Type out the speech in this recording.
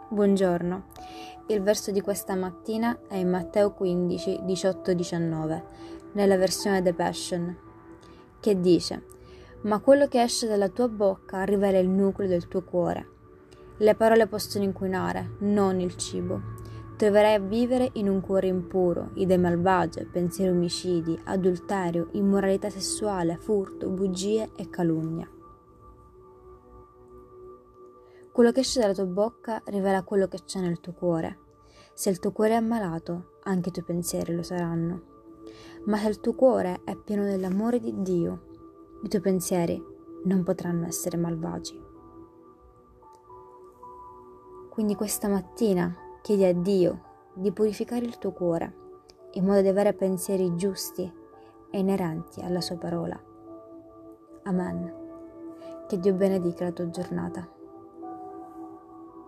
Buongiorno. Il verso di questa mattina è in Matteo 15, 18-19, nella versione The Passion, che dice: «Ma quello che esce dalla tua bocca rivela il nucleo del tuo cuore. Le parole possono inquinare, non il cibo. Troverai a vivere in un cuore impuro, idee malvagie, pensieri omicidi, adulterio, immoralità sessuale, furto, bugie e calunnia». Quello che esce dalla tua bocca rivela quello che c'è nel tuo cuore. Se il tuo cuore è ammalato, anche i tuoi pensieri lo saranno. Ma se il tuo cuore è pieno dell'amore di Dio, i tuoi pensieri non potranno essere malvagi. Quindi questa mattina chiedi a Dio di purificare il tuo cuore, in modo da avere pensieri giusti e inerenti alla sua parola. Amen. Che Dio benedica la tua giornata.